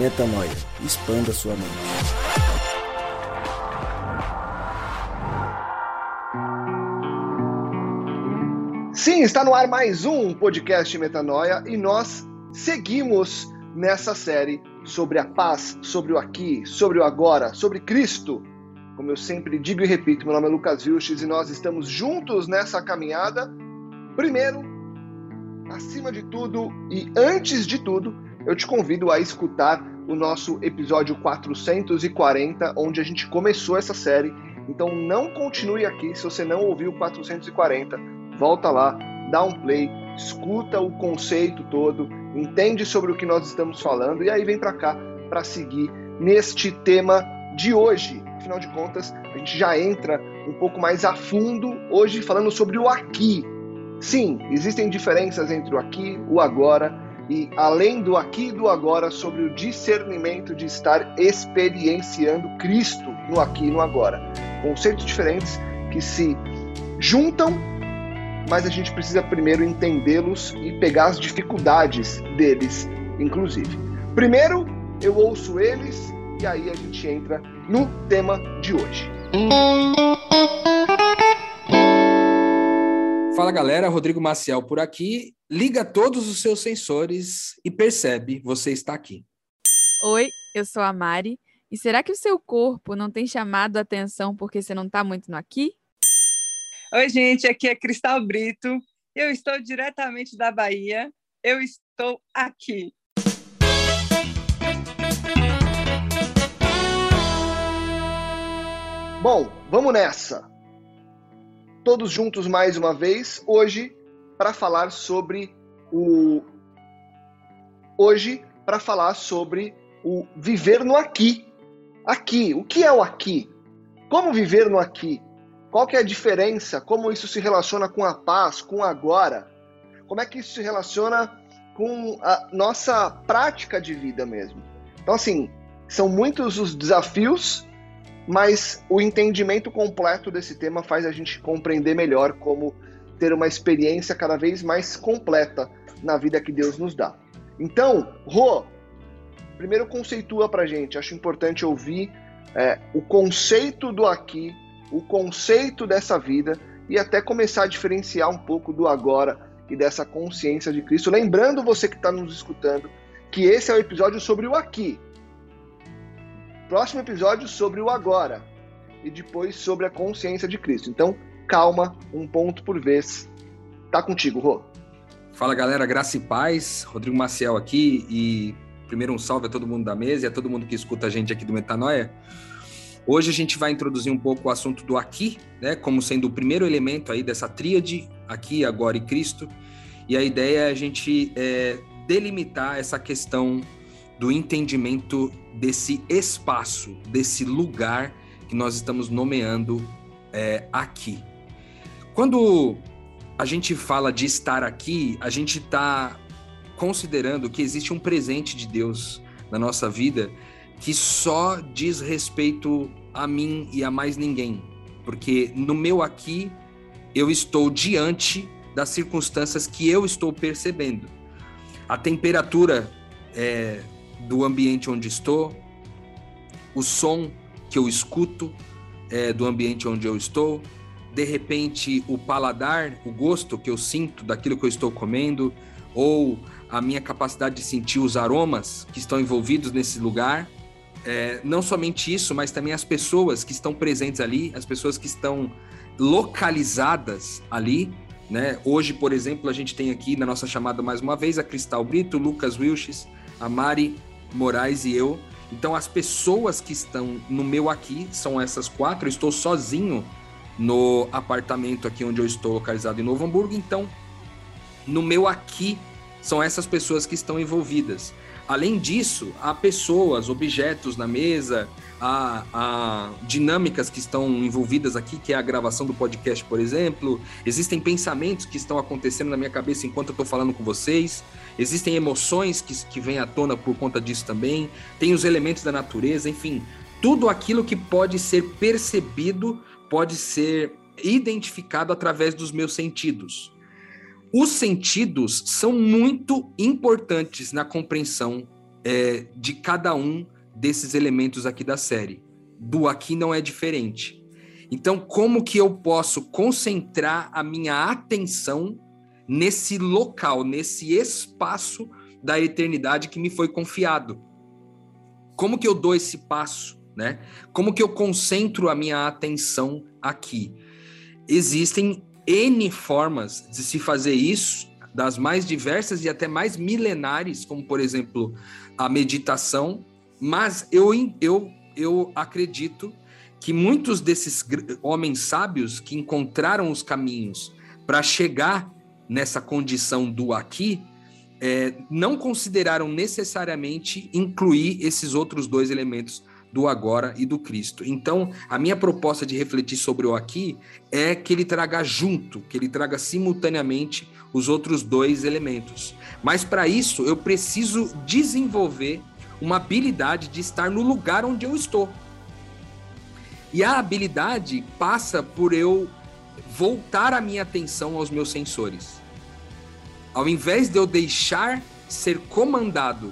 Metanoia. Expanda sua mente. Sim, está no ar mais um podcast Metanoia e nós seguimos nessa série sobre a paz, sobre o aqui, sobre o agora, sobre Cristo. Como eu sempre digo e repito, meu nome é Lucas Vilches e nós estamos juntos nessa caminhada. Primeiro, acima de tudo e antes de tudo, eu te convido a escutar o nosso episódio 440, onde a gente começou essa série. Então não continue aqui se você não ouviu o 440. Volta lá, dá um play, escuta o conceito todo, entende sobre o que nós estamos falando e aí vem para cá para seguir neste tema de hoje. Afinal de contas, a gente já entra um pouco mais a fundo hoje falando sobre o aqui. Sim, existem diferenças entre o aqui, o agora e além do aqui e do agora sobre o discernimento de estar experienciando Cristo no aqui e no agora. Conceitos diferentes que se juntam, mas a gente precisa primeiro entendê-los e pegar as dificuldades deles, inclusive. Primeiro, eu ouço eles e aí a gente entra no tema de hoje. Fala galera, Rodrigo Maciel por aqui. Liga todos os seus sensores e percebe, você está aqui. Oi, eu sou a Mari. E será que o seu corpo não tem chamado a atenção porque você não está muito no aqui? Oi, gente, aqui é Cristal Brito. Eu estou diretamente da Bahia. Eu estou aqui. Bom, vamos nessa. Todos juntos mais uma vez, hoje para falar sobre o viver no aqui. Aqui, o que é o aqui? Como viver no aqui? Qual que é a diferença? Como isso se relaciona com a paz, com o agora? Como é que isso se relaciona com a nossa prática de vida mesmo? Então, assim, são muitos os desafios, mas o entendimento completo desse tema faz a gente compreender melhor como ter uma experiência cada vez mais completa na vida que Deus nos dá. Então, Rô, primeiro conceitua pra gente, acho importante ouvir o conceito do aqui, o conceito dessa vida e até começar a diferenciar um pouco do agora e dessa consciência de Cristo. Lembrando você que está nos escutando que esse é o episódio sobre o aqui. Próximo episódio sobre o agora e depois sobre a consciência de Cristo. Então, calma, um ponto por vez. Tá contigo, Rô. Fala galera, graça e paz. Rodrigo Maciel aqui e primeiro um salve a todo mundo da mesa e a todo mundo que escuta a gente aqui do Metanoia. Hoje a gente vai introduzir um pouco o assunto do aqui, né, como sendo o primeiro elemento aí dessa tríade, aqui, agora e Cristo. E a ideia é a gente delimitar essa questão do entendimento desse espaço, desse lugar que nós estamos nomeando aqui. Quando a gente fala de estar aqui, a gente está considerando que existe um presente de Deus na nossa vida que só diz respeito a mim e a mais ninguém. Porque no meu aqui, eu estou diante das circunstâncias que eu estou percebendo. A temperatura do ambiente onde estou, o som que eu escuto do ambiente onde eu estou, de repente o paladar, o gosto que eu sinto daquilo que eu estou comendo, ou a minha capacidade de sentir os aromas que estão envolvidos nesse lugar. Não somente isso, mas também as pessoas que estão presentes ali, as pessoas que estão localizadas ali, né? Hoje, por exemplo, a gente tem aqui na nossa chamada mais uma vez a Cristal Brito, o Lucas Vilches, a Mari Moraes e eu. Então as pessoas que estão no meu aqui são essas quatro. Eu estou sozinho no apartamento aqui onde eu estou localizado em Novo Hamburgo. Então no meu aqui são essas pessoas que estão envolvidas. Além disso, há pessoas, objetos na mesa, há dinâmicas que estão envolvidas aqui, que é a gravação do podcast, por exemplo. Existem pensamentos que estão acontecendo na minha cabeça enquanto eu estou falando com vocês. Existem emoções que vêm à tona por conta disso também. Tem os elementos da natureza, enfim. Tudo aquilo que pode ser percebido, pode ser identificado através dos meus sentidos. Os sentidos são muito importantes na compreensão de cada um desses elementos aqui da série. Do aqui não é diferente. Então, como que eu posso concentrar a minha atenção nesse local, nesse espaço da eternidade que me foi confiado? Como que eu dou esse passo, né? Como que eu concentro a minha atenção aqui? Existem N formas de se fazer isso, das mais diversas e até mais milenares, como, por exemplo, a meditação, mas eu acredito que muitos desses homens sábios que encontraram os caminhos para chegar nessa condição do aqui, não consideraram necessariamente incluir esses outros dois elementos do agora e do Cristo. Então, a minha proposta de refletir sobre o aqui é que ele traga junto, que ele traga simultaneamente os outros dois elementos. Mas para isso, eu preciso desenvolver uma habilidade de estar no lugar onde eu estou. E a habilidade passa por eu voltar a minha atenção aos meus sensores. Ao invés de eu deixar ser comandado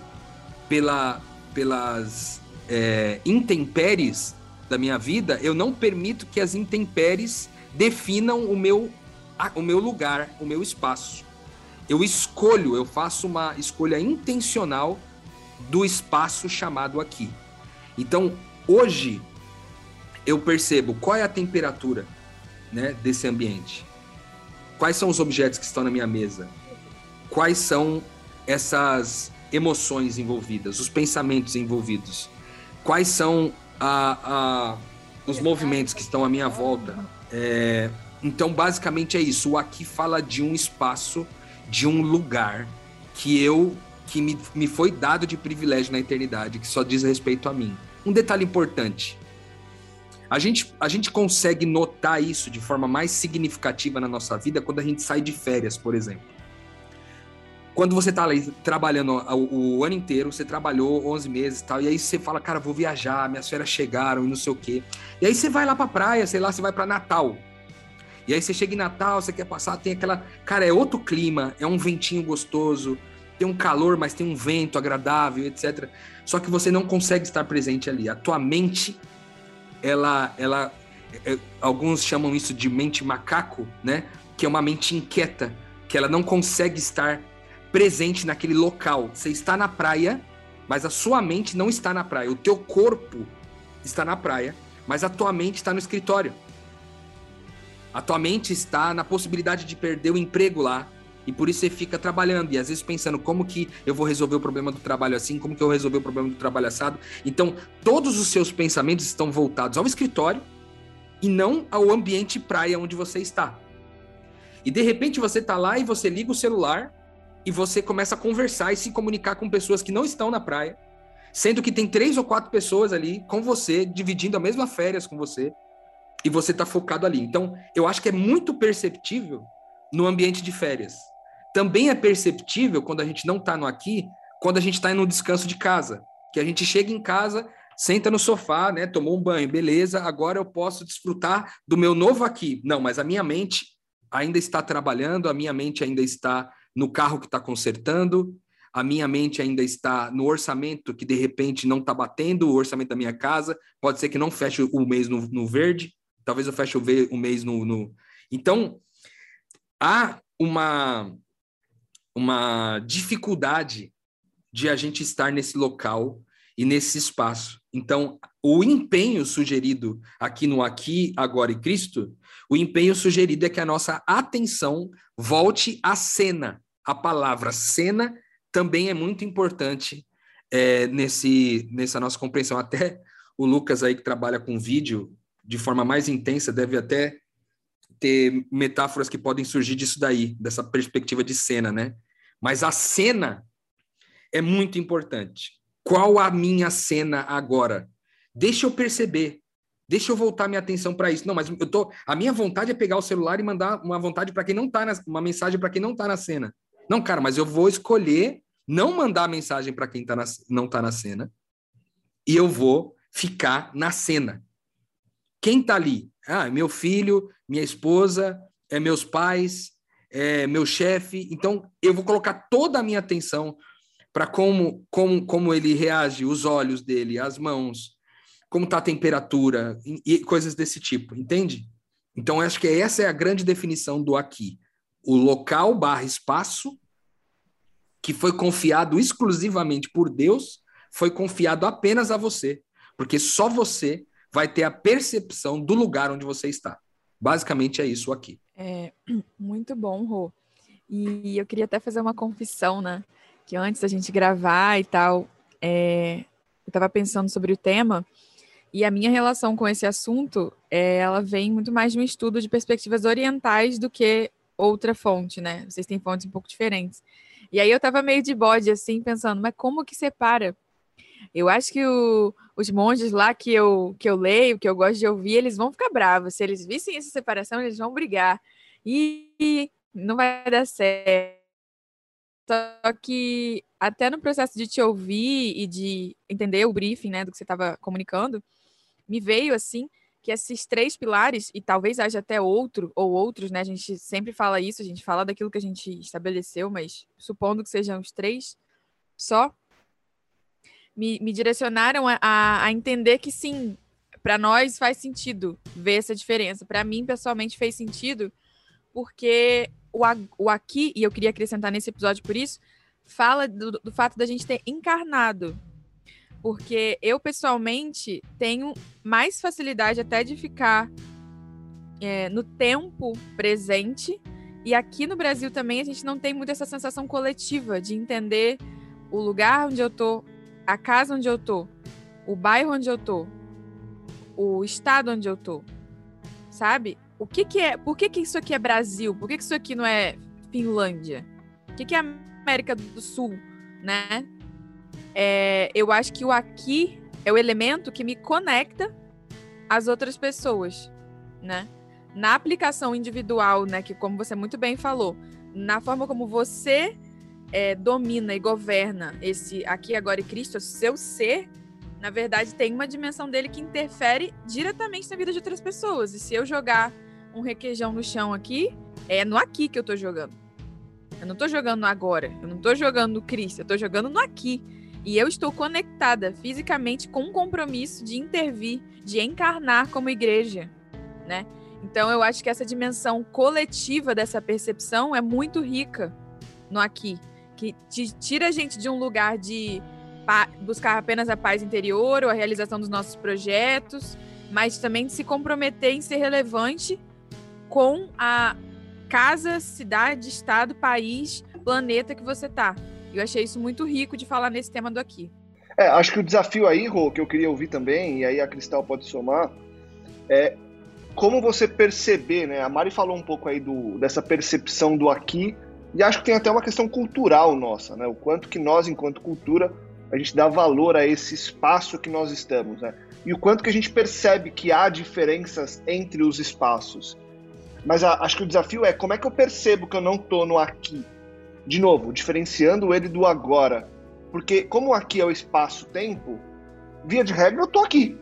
pelas intempéries da minha vida, eu não permito que as intempéries definam o meu lugar, o meu espaço. Eu faço uma escolha intencional do espaço chamado aqui. Então, hoje, eu percebo qual é a temperatura, né, desse ambiente. Quais são os objetos que estão na minha mesa? Quais são essas emoções envolvidas, os pensamentos envolvidos? Quais são os movimentos que estão à minha volta? Então, basicamente é isso. O aqui fala de um espaço, de um lugar que me foi dado de privilégio na eternidade, que só diz respeito a mim. Um detalhe importante. A gente consegue notar isso de forma mais significativa na nossa vida quando a gente sai de férias, por exemplo. Quando você está ali trabalhando o ano inteiro, você trabalhou 11 meses e tal, e aí você fala, cara, vou viajar, minhas férias chegaram e não sei o quê. E aí você vai lá pra praia, sei lá, você vai pra Natal. E aí você chega em Natal, você quer passar, tem aquela... Cara, é outro clima, é um ventinho gostoso, tem um calor, mas tem um vento agradável, etc. Só que você não consegue estar presente ali. A tua mente, alguns chamam isso de mente macaco, né? Que é uma mente inquieta, que ela não consegue estar presente naquele local. Você está na praia, mas a sua mente não está na praia. O teu corpo está na praia, mas a tua mente está no escritório. A tua mente está na possibilidade de perder o emprego lá, e por isso você fica trabalhando, e às vezes pensando como que eu vou resolver o problema do trabalho assim, como que eu vou resolver o problema do trabalho assado. Então, todos os seus pensamentos estão voltados ao escritório e não ao ambiente praia onde você está. E de repente você está lá e você liga o celular e você começa a conversar e se comunicar com pessoas que não estão na praia, sendo que tem 3 ou 4 pessoas ali com você, dividindo a mesma férias com você, e você está focado ali. Então, eu acho que é muito perceptível no ambiente de férias. Também é perceptível quando a gente não está no aqui, quando a gente está no descanso de casa, que a gente chega em casa, senta no sofá, né, tomou um banho, beleza, agora eu posso desfrutar do meu novo aqui. Não, mas a minha mente ainda está trabalhando, a minha mente ainda está no carro que está consertando, a minha mente ainda está no orçamento que de repente não está batendo, o orçamento da minha casa, pode ser que não feche o mês no verde, talvez eu feche o mês no... Então, há uma dificuldade de a gente estar nesse local e nesse espaço. Então, o empenho sugerido aqui no Aqui, Agora e Cristo, o empenho sugerido é que a nossa atenção volte à cena. A palavra cena também é muito importante nessa nossa compreensão. Até o Lucas aí que trabalha com vídeo de forma mais intensa deve até ter metáforas que podem surgir disso daí, dessa perspectiva de cena, né? Mas a cena é muito importante. Qual a minha cena agora? Deixa eu perceber. Deixa eu voltar minha atenção para isso. Não, mas a minha vontade é pegar o celular e mandar uma vontade para quem não tá uma mensagem para quem não está na cena. Não, cara, mas eu vou escolher não mandar a mensagem para quem não está na cena e eu vou ficar na cena. Quem está ali? Meu filho, minha esposa, meus pais, meu chefe. Então, eu vou colocar toda a minha atenção para como ele reage, os olhos dele, as mãos, como está a temperatura e coisas desse tipo, entende? Então, acho que essa é a grande definição do aqui. O local / espaço que foi confiado exclusivamente por Deus, foi confiado apenas a você, porque só você vai ter a percepção do lugar onde você está. Basicamente é isso aqui. Muito bom, Rô. E eu queria até fazer uma confissão, né? Que antes da gente gravar e tal, eu estava pensando sobre o tema, e a minha relação com esse assunto, ela vem muito mais de um estudo de perspectivas orientais do que outra fonte, né? Vocês têm fontes um pouco diferentes. E aí eu estava meio de bode, assim, pensando, mas como que separa? Eu acho que os monges lá que eu leio, que eu gosto de ouvir, eles vão ficar bravos. Se eles vissem essa separação, eles vão brigar. E não vai dar certo. Só que até no processo de te ouvir e de entender o briefing, né, do que você estava comunicando, me veio, assim, que esses 3 pilares, e talvez haja até outro, ou outros, né, a gente sempre fala isso, a gente fala daquilo que a gente estabeleceu, mas supondo que sejam os 3 só, me direcionaram a entender que sim, para nós faz sentido ver essa diferença. Para mim, pessoalmente, fez sentido, porque o aqui, e eu queria acrescentar nesse episódio por isso, fala do fato da gente ter encarnado. Porque eu, pessoalmente, tenho mais facilidade até de ficar no tempo presente. E aqui no Brasil também a gente não tem muito essa sensação coletiva de entender o lugar onde eu tô, a casa onde eu tô, o bairro onde eu tô, o estado onde eu tô, sabe? O que é? Por que isso aqui é Brasil? Por que isso aqui não é Finlândia? O que é América do Sul, né? Eu acho que o aqui é o elemento que me conecta às outras pessoas, né? Na aplicação individual, né? Que como você muito bem falou, na forma como você domina e governa esse aqui, agora e Cristo, o seu ser, na verdade, tem uma dimensão dele que interfere diretamente na vida de outras pessoas. E se eu jogar um requeijão no chão aqui, é no aqui que eu tô jogando. Eu não tô jogando no agora, eu não tô jogando no Cristo, eu tô jogando no aqui. E eu estou conectada fisicamente com um compromisso de intervir, de encarnar como igreja, né? Então, eu acho que essa dimensão coletiva dessa percepção é muito rica no aqui, que tira a gente de um lugar de buscar apenas a paz interior ou a realização dos nossos projetos, mas também de se comprometer em ser relevante com a casa, cidade, estado, país, planeta que você tá. Eu achei isso muito rico de falar nesse tema do aqui. Acho que o desafio aí, Rô, que eu queria ouvir também, e aí a Cristal pode somar, é como você perceber, né? A Mari falou um pouco aí dessa percepção do aqui, e acho que tem até uma questão cultural nossa, né? O quanto que nós, enquanto cultura, a gente dá valor a esse espaço que nós estamos, né? E o quanto que a gente percebe que há diferenças entre os espaços. Mas acho que o desafio é como é que eu percebo que eu não estou no aqui? De novo, diferenciando ele do agora. Porque como aqui é o espaço-tempo, via de regra eu estou aqui.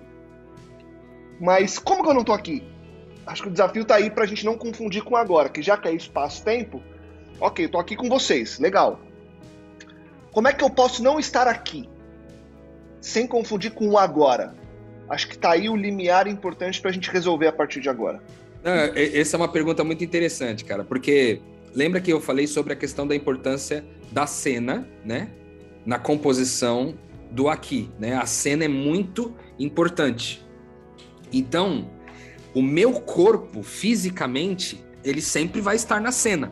Mas como que eu não estou aqui? Acho que o desafio está aí para a gente não confundir com agora, que já que é espaço-tempo, ok, eu estou aqui com vocês, legal. Como é que eu posso não estar aqui? Sem confundir com o agora. Acho que está aí o limiar importante para a gente resolver a partir de agora. Essa é uma pergunta muito interessante, cara, porque lembra que eu falei sobre a questão da importância da cena, né? Na composição do aqui, né? A cena é muito importante. Então, o meu corpo, fisicamente, ele sempre vai estar na cena.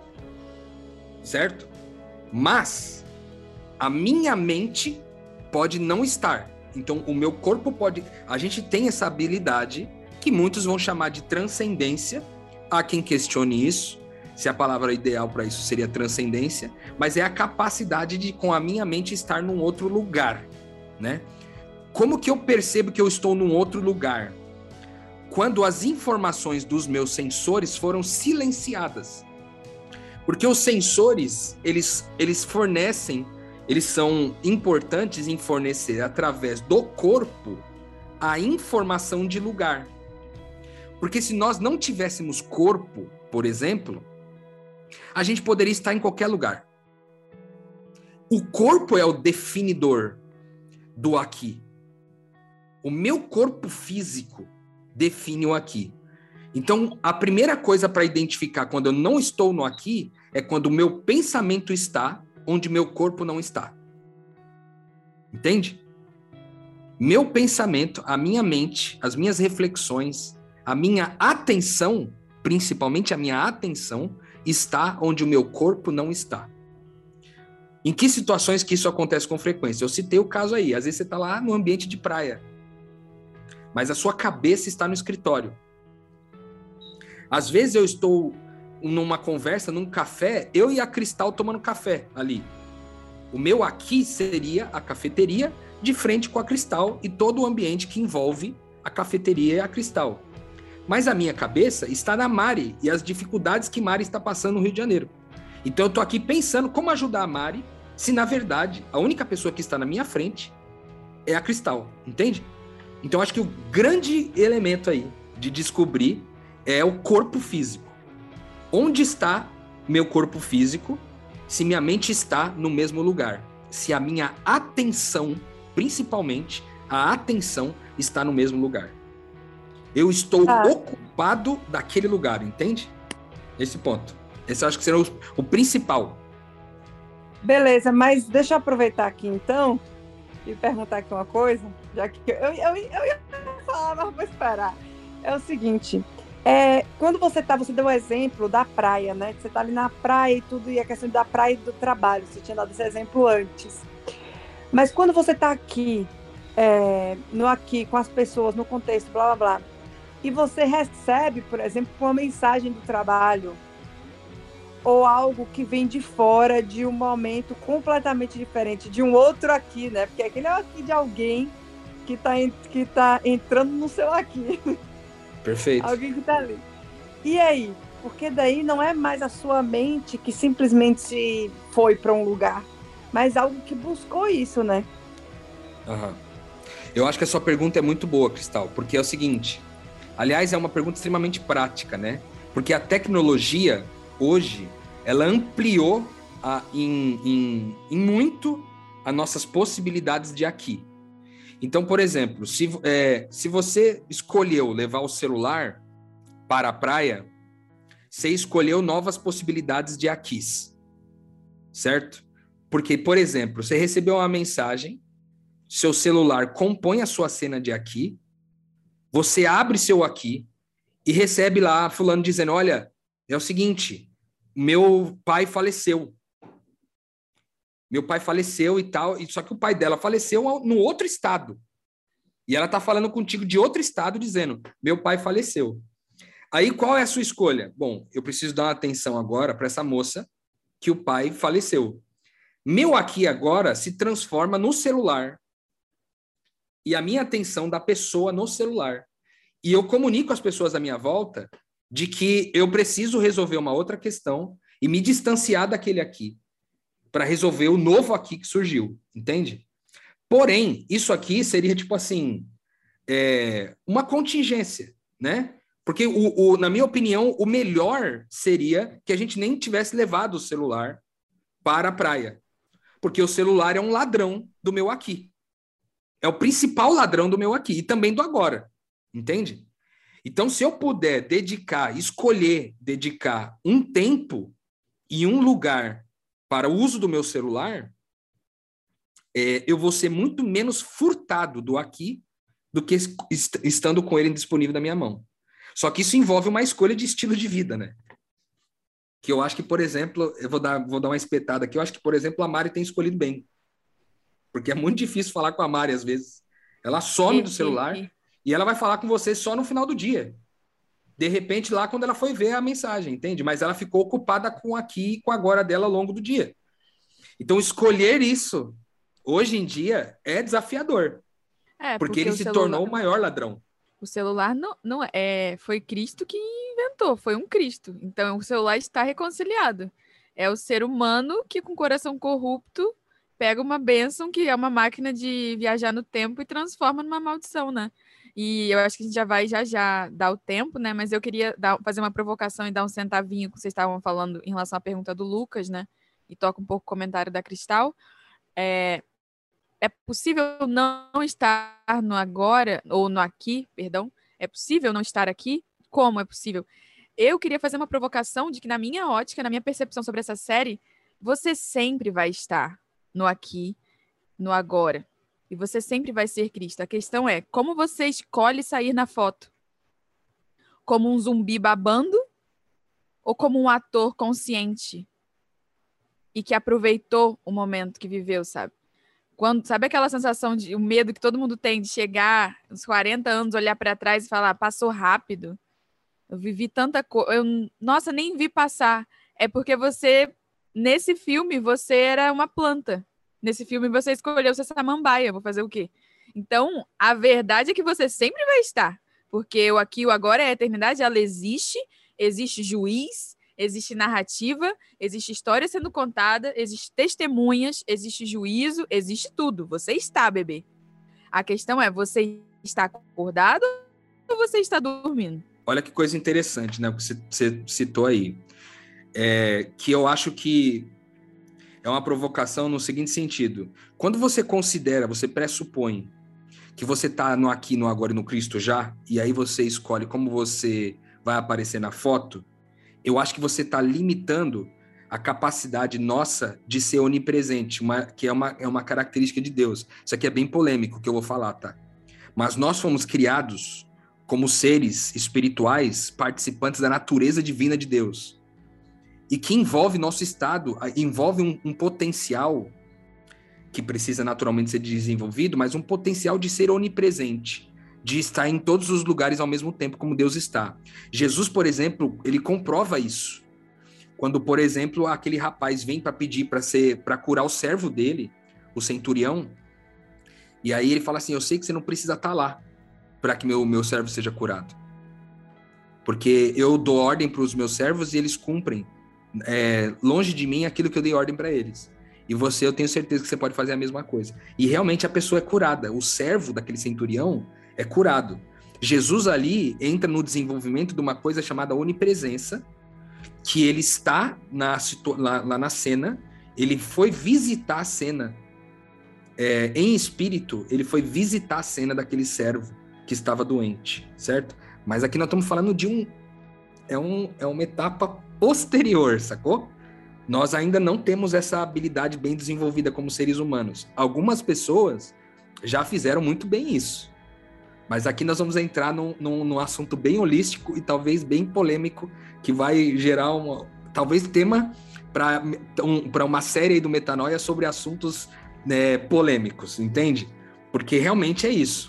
Certo? Mas a minha mente pode não estar. Então, o meu corpo pode... A gente tem essa habilidade que muitos vão chamar de transcendência. Há quem questione isso, se a palavra ideal para isso seria transcendência, mas é a capacidade de, com a minha mente, estar num outro lugar, né? Como que eu percebo que eu estou num outro lugar? Quando as informações dos meus sensores foram silenciadas. Porque os sensores, eles fornecem, eles são importantes em fornecer, através do corpo, a informação de lugar. Porque se nós não tivéssemos corpo, por exemplo, a gente poderia estar em qualquer lugar. o corpo é o definidor do aqui. O meu corpo físico define o aqui. Então, a primeira coisa para identificar quando eu não estou no aqui é quando o meu pensamento está onde meu corpo não está. Entende? Meu pensamento, a minha mente, as minhas reflexões, a minha atenção, principalmente a minha atenção, está onde o meu corpo não está. Em que situações que isso acontece com frequência? Eu citei o caso aí. Às vezes você está lá no ambiente de praia, mas a sua cabeça está no escritório. Às vezes eu estou numa conversa, num café, eu e a Cristal tomando café ali. O meu aqui seria a cafeteria de frente com a Cristal e todo o ambiente que envolve a cafeteria e a Cristal. Mas a minha cabeça está na Mari e as dificuldades que Mari está passando no Rio de Janeiro. Então eu estou aqui pensando como ajudar a Mari, se na verdade a única pessoa que está na minha frente é a Cristal, entende? Então acho que o grande elemento aí de descobrir é o corpo físico. Onde está meu corpo físico se minha mente está no mesmo lugar? Se a minha atenção, principalmente, a atenção está no mesmo lugar. Eu estou ocupado daquele lugar, entende? Esse ponto. Esse eu acho que será o principal. Beleza, mas deixa eu aproveitar aqui então e perguntar aqui uma coisa, já que eu ia falar, mas vou esperar. É o seguinte, quando você deu o exemplo da praia, né? Você está ali na praia e tudo, e a questão da praia e do trabalho, você tinha dado esse exemplo antes. Mas quando você está aqui, aqui, com as pessoas, no contexto, blá, blá, blá, e você recebe, por exemplo, uma mensagem do trabalho, ou algo que vem de fora, de um momento completamente diferente, de um outro aqui, né? Porque aquele é o aqui de alguém que tá entrando no seu aqui. Perfeito. Alguém que tá ali. E aí? Porque daí não é mais a sua mente que simplesmente foi para um lugar, mas algo que buscou isso, né? Uhum. Eu acho que a sua pergunta é muito boa, Cristal, porque é o seguinte, aliás, é uma pergunta extremamente prática, né? Porque a tecnologia, hoje, ela ampliou em muito as nossas possibilidades de aqui. Então, por exemplo, se você escolheu levar o celular para a praia, você escolheu novas possibilidades de aquis, certo? Porque, por exemplo, você recebeu uma mensagem, seu celular compõe a sua cena de aqui, você abre seu aqui e recebe lá fulano dizendo, olha, é o seguinte, meu pai faleceu. Meu pai faleceu e tal, só que o pai dela faleceu no outro estado. E ela tá falando contigo de outro estado dizendo, meu pai faleceu. Aí qual é a sua escolha? Bom, eu preciso dar uma atenção agora para essa moça que o pai faleceu. Meu aqui agora se transforma no celular. E a minha atenção da pessoa no celular. E eu comunico às pessoas à minha volta de que eu preciso resolver uma outra questão e me distanciar daquele aqui para resolver o novo aqui que surgiu, entende? Porém, isso aqui seria tipo assim, uma contingência, né? Porque, na minha opinião, o melhor seria que a gente nem tivesse levado o celular para a praia. Porque o celular é um ladrão do meu aqui. É o principal ladrão do meu aqui e também do agora, entende? Então, se eu puder escolher dedicar um tempo e um lugar para o uso do meu celular, eu vou ser muito menos furtado do aqui do que estando com ele disponível na minha mão. Só que isso envolve uma escolha de estilo de vida, né? Que eu acho que, por exemplo, eu vou dar uma espetada aqui, eu acho que, por exemplo, a Mari tem escolhido bem. Porque é muito difícil falar com a Mari, às vezes. Ela some do celular e ela vai falar com você só no final do dia. De repente, lá quando ela foi ver a mensagem, entende? Mas ela ficou ocupada com o aqui e com o agora dela ao longo do dia. Então, escolher isso, hoje em dia, é desafiador. Porque ele se tornou o maior ladrão. O celular não foi Cristo que inventou, foi um Cristo. Então, o celular está reconciliado. É o ser humano que, com o coração corrupto, pega uma bênção que é uma máquina de viajar no tempo e transforma numa maldição, né? E eu acho que a gente já vai já dar o tempo, né? Mas eu queria fazer uma provocação e dar um centavinho que vocês estavam falando em relação à pergunta do Lucas, né? E toca um pouco o comentário da Cristal. É possível não estar no agora, ou no aqui, perdão? É possível não estar aqui? Como é possível? Eu queria fazer uma provocação de que, na minha ótica, na minha percepção sobre essa série, você sempre vai estar no aqui, no agora. E você sempre vai ser Cristo. A questão é, como você escolhe sair na foto? Como um zumbi babando? Ou como um ator consciente? E que aproveitou o momento que viveu, sabe? Sabe aquela sensação de o medo que todo mundo tem de chegar uns 40 anos, olhar para trás e falar, passou rápido? Eu vivi tanta coisa. Nossa, nem vi passar. É porque nesse filme, você era uma planta. Nesse filme, você escolheu ser samambaia. Vou fazer o quê? Então, a verdade é que você sempre vai estar. Porque o aqui e o agora é a eternidade, ela existe juiz, existe narrativa, existe história sendo contada, existe testemunhas, existe juízo, existe tudo. Você está, bebê. A questão é, você está acordado ou você está dormindo? Olha que coisa interessante, né? O que você citou aí. Que eu acho que é uma provocação no seguinte sentido. Quando você considera, você pressupõe que você está no aqui, no agora e no Cristo já, e aí você escolhe como você vai aparecer na foto, eu acho que você está limitando a capacidade nossa de ser onipresente, que é uma característica de Deus. Isso aqui é bem polêmico, que eu vou falar, tá? Mas nós fomos criados como seres espirituais, participantes da natureza divina de Deus. E que envolve nosso estado, envolve um potencial que precisa naturalmente ser desenvolvido, mas um potencial de ser onipresente, de estar em todos os lugares ao mesmo tempo, como Deus está. Jesus, por exemplo, ele comprova isso. Quando, por exemplo, aquele rapaz vem para pedir para curar o servo dele, o centurião, e aí ele fala assim, eu sei que você não precisa estar lá para que meu servo seja curado. Porque eu dou ordem para os meus servos e eles cumprem longe de mim aquilo que eu dei ordem para eles. E eu tenho certeza que você pode fazer a mesma coisa. E realmente a pessoa é curada. O servo daquele centurião é curado. Jesus ali entra no desenvolvimento de uma coisa chamada onipresença, que ele está lá na cena, ele foi visitar a cena. Em espírito, ele foi visitar a cena daquele servo que estava doente, certo? Mas aqui nós estamos falando de uma etapa posterior, sacou? Nós ainda não temos essa habilidade bem desenvolvida como seres humanos. Algumas pessoas já fizeram muito bem isso. Mas aqui nós vamos entrar num assunto bem holístico e talvez bem polêmico, que vai gerar talvez tema para uma série aí do Metanoia sobre assuntos polêmicos, entende? Porque realmente é isso.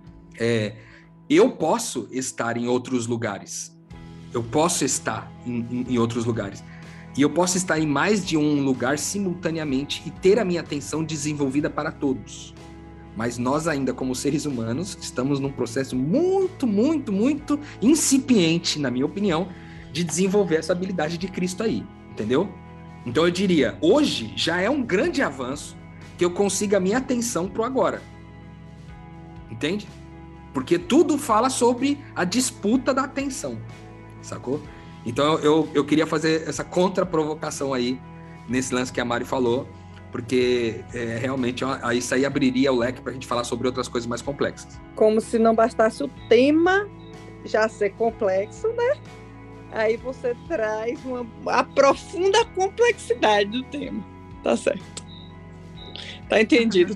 Eu posso estar em outros lugares. Eu posso estar em outros lugares. E eu posso estar em mais de um lugar simultaneamente e ter a minha atenção desenvolvida para todos. Mas nós ainda, como seres humanos, estamos num processo muito, muito, muito incipiente, na minha opinião, de desenvolver essa habilidade de Cristo aí, entendeu? Então eu diria, hoje já é um grande avanço que eu consiga a minha atenção pro agora. Entende? Porque tudo fala sobre a disputa da atenção, sacou? Então eu queria fazer essa contra-provocação aí, nesse lance que a Mari falou, porque realmente isso aí abriria o leque para a gente falar sobre outras coisas mais complexas. Como se não bastasse o tema já ser complexo, né? Aí você traz a profunda complexidade do tema. Tá certo. Tá entendido.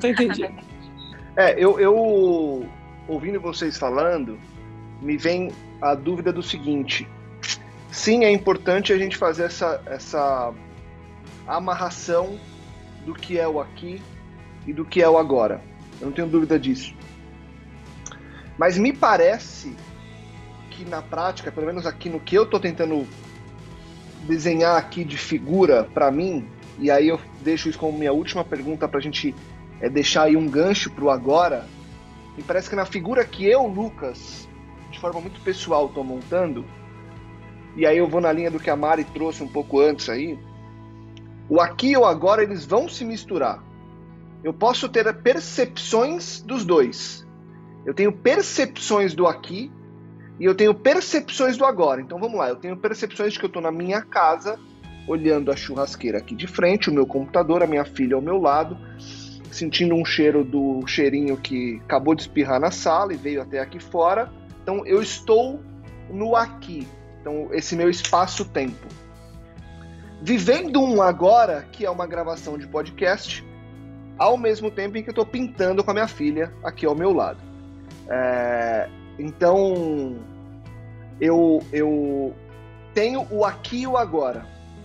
Eu ouvindo vocês falando, me vem a dúvida do seguinte. Sim, é importante a gente fazer essa amarração do que é o aqui e do que é o agora. Eu não tenho dúvida disso. Mas me parece que na prática, pelo menos aqui no que eu estou tentando desenhar aqui de figura para mim, e aí eu deixo isso como minha última pergunta para a gente deixar aí um gancho para o agora, me parece que na figura que eu, Lucas, de forma muito pessoal, estou montando, e aí eu vou na linha do que a Mari trouxe um pouco antes aí, o aqui e o agora, eles vão se misturar. Eu posso ter percepções dos dois. Eu tenho percepções do aqui e eu tenho percepções do agora. Então vamos lá, eu tenho percepções de que eu estou na minha casa, olhando a churrasqueira aqui de frente, o meu computador, a minha filha ao meu lado, sentindo um cheiro do cheirinho que acabou de espirrar na sala e veio até aqui fora. Então eu estou no aqui. Então esse meu espaço-tempo. Vivendo um agora, que é uma gravação de podcast, ao mesmo tempo em que eu estou pintando com a minha filha aqui ao meu lado. Então eu tenho o aqui e o agora.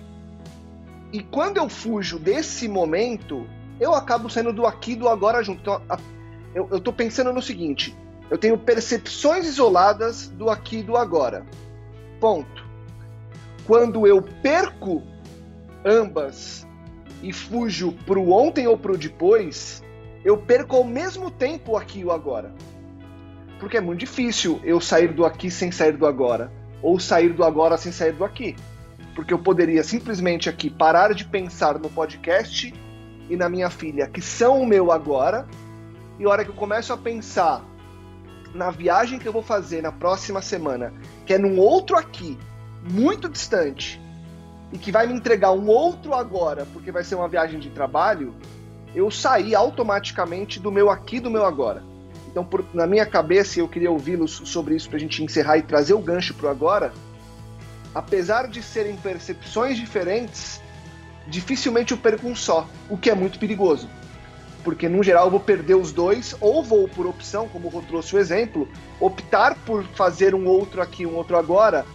E quando eu fujo desse momento, eu acabo saindo do aqui e do agora junto. Então, eu estou pensando no seguinte: eu tenho percepções isoladas do aqui e do agora. Ponto. Quando eu perco ambas e fujo para o ontem ou para o depois, eu perco ao mesmo tempo o aqui e o agora. Porque é muito difícil eu sair do aqui sem sair do agora, ou sair do agora sem sair do aqui. Porque eu poderia simplesmente aqui parar de pensar no podcast e na minha filha, que são o meu agora, e a hora que eu começo a pensar na viagem que eu vou fazer na próxima semana, que é num outro aqui, muito distante, e que vai me entregar um outro agora, porque vai ser uma viagem de trabalho, eu saí automaticamente do meu aqui, do meu agora. Então, na minha cabeça, eu queria ouvi-los sobre isso para a gente encerrar e trazer o gancho para o agora. Apesar de serem percepções diferentes, dificilmente eu perco um só, o que é muito perigoso. Porque, no geral, eu vou perder os dois, ou vou, por opção, como o Rô trouxe o exemplo, optar por fazer um outro aqui, um outro agora,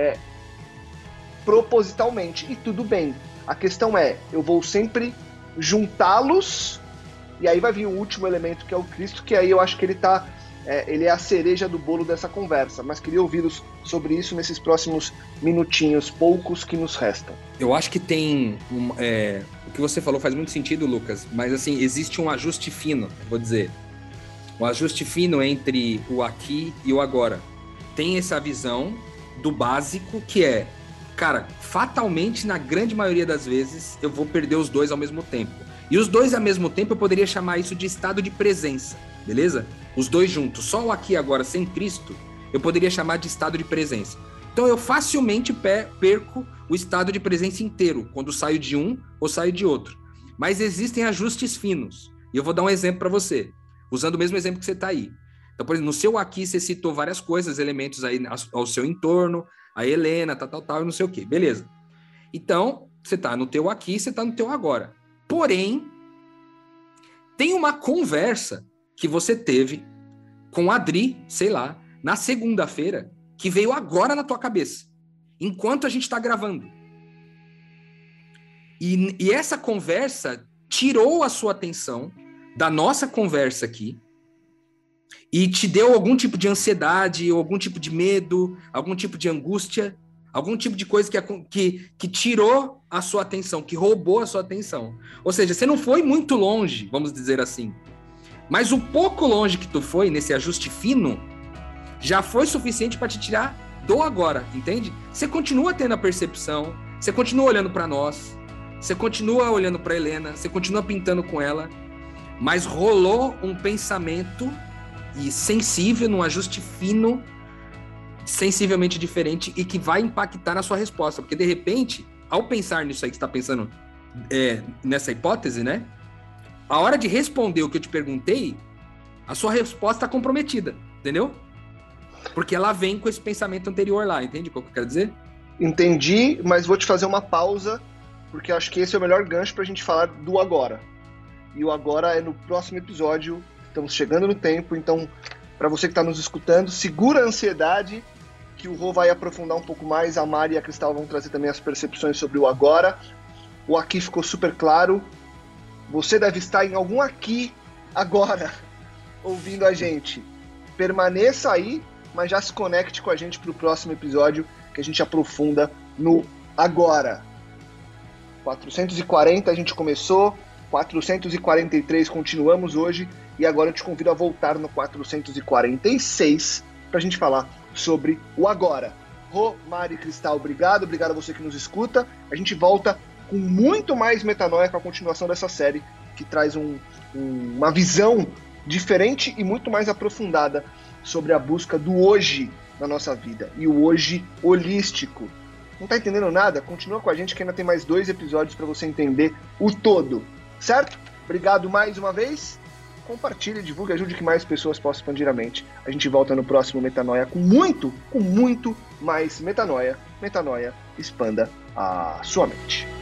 propositalmente. E tudo bem. A questão é, eu vou sempre juntá-los, e aí vai vir o último elemento, que é o Cristo, que aí eu acho que ele é a cereja do bolo dessa conversa, mas queria ouvi-los sobre isso nesses próximos minutinhos, poucos que nos restam. Eu acho que tem o que você falou faz muito sentido, Lucas, mas assim, existe um ajuste fino, vou dizer. Um ajuste fino entre o aqui e o agora. Tem essa visão do básico que é, cara, fatalmente, na grande maioria das vezes, eu vou perder os dois ao mesmo tempo. E os dois ao mesmo tempo, eu poderia chamar isso de estado de presença, beleza? Os dois juntos, só o aqui e agora sem Cristo, eu poderia chamar de estado de presença. Então eu facilmente perco o estado de presença inteiro, quando saio de um ou saio de outro. Mas existem ajustes finos. E eu vou dar um exemplo para você, usando o mesmo exemplo que você está aí. Então, por exemplo, no seu aqui, você citou várias coisas, elementos aí ao seu entorno, a Helena, tal, e não sei o quê. Beleza. Então, você está no teu aqui, você está no teu agora. Porém, tem uma conversa que você teve com a Adri, sei lá, na segunda-feira, que veio agora na tua cabeça, enquanto a gente está gravando. E essa conversa tirou a sua atenção da nossa conversa aqui e te deu algum tipo de ansiedade, ou algum tipo de medo, algum tipo de angústia, algum tipo de coisa que tirou a sua atenção, que roubou a sua atenção. Ou seja, você não foi muito longe, vamos dizer assim. Mas o pouco longe que tu foi, nesse ajuste fino, já foi suficiente para te tirar do agora, entende? Você continua tendo a percepção, você continua olhando para nós, você continua olhando para Helena, você continua pintando com ela, mas rolou um pensamento e sensível, num ajuste fino, sensivelmente diferente e que vai impactar na sua resposta. Porque, de repente, ao pensar nisso aí que você está pensando, nessa hipótese, né? A hora de responder o que eu te perguntei, a sua resposta está comprometida, entendeu? Porque ela vem com esse pensamento anterior lá, entende o que eu quero dizer? Entendi, mas vou te fazer uma pausa, porque acho que esse é o melhor gancho para a gente falar do agora. E o agora é no próximo episódio, estamos chegando no tempo, então, para você que está nos escutando, segura a ansiedade, que o Rô vai aprofundar um pouco mais, a Mari e a Cristal vão trazer também as percepções sobre o agora. O aqui ficou super claro. Você deve estar em algum aqui agora, ouvindo a gente. Permaneça aí, mas já se conecte com a gente para o próximo episódio, que a gente aprofunda no agora. 440 a gente começou, 443 continuamos hoje, e agora eu te convido a voltar no 446 para a gente falar sobre o agora. Rô, Mari, Cristal, obrigado a você que nos escuta. A gente volta com muito mais metanoia com a continuação dessa série, que traz uma visão diferente e muito mais aprofundada sobre a busca do hoje na nossa vida, e o hoje holístico. Não tá entendendo nada? Continua com a gente que ainda tem mais 2 episódios para você entender o todo, certo? Obrigado mais uma vez. Compartilhe, divulgue, ajude que mais pessoas possam expandir a mente. A gente volta no próximo Metanoia com muito mais metanoia. Metanoia, expanda a sua mente.